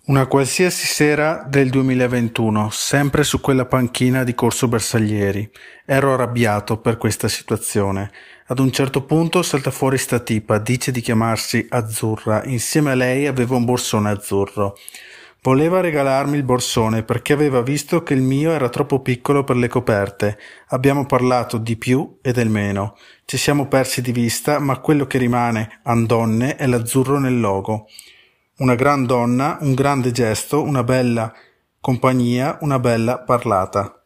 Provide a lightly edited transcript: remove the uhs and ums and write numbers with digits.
Una qualsiasi sera del 2021, sempre su quella panchina di Corso Bersaglieri. Ero arrabbiato per questa situazione. Ad un certo punto salta fuori sta tipa, dice di chiamarsi Azzurra, insieme a lei aveva un borsone azzurro. Voleva regalarmi il borsone perché aveva visto che il mio era troppo piccolo per le coperte. Abbiamo parlato di più e del meno. Ci siamo persi di vista, ma quello che rimane, andonne, è l'azzurro nel logo. Una gran donna, un grande gesto, una bella compagnia, una bella parlata.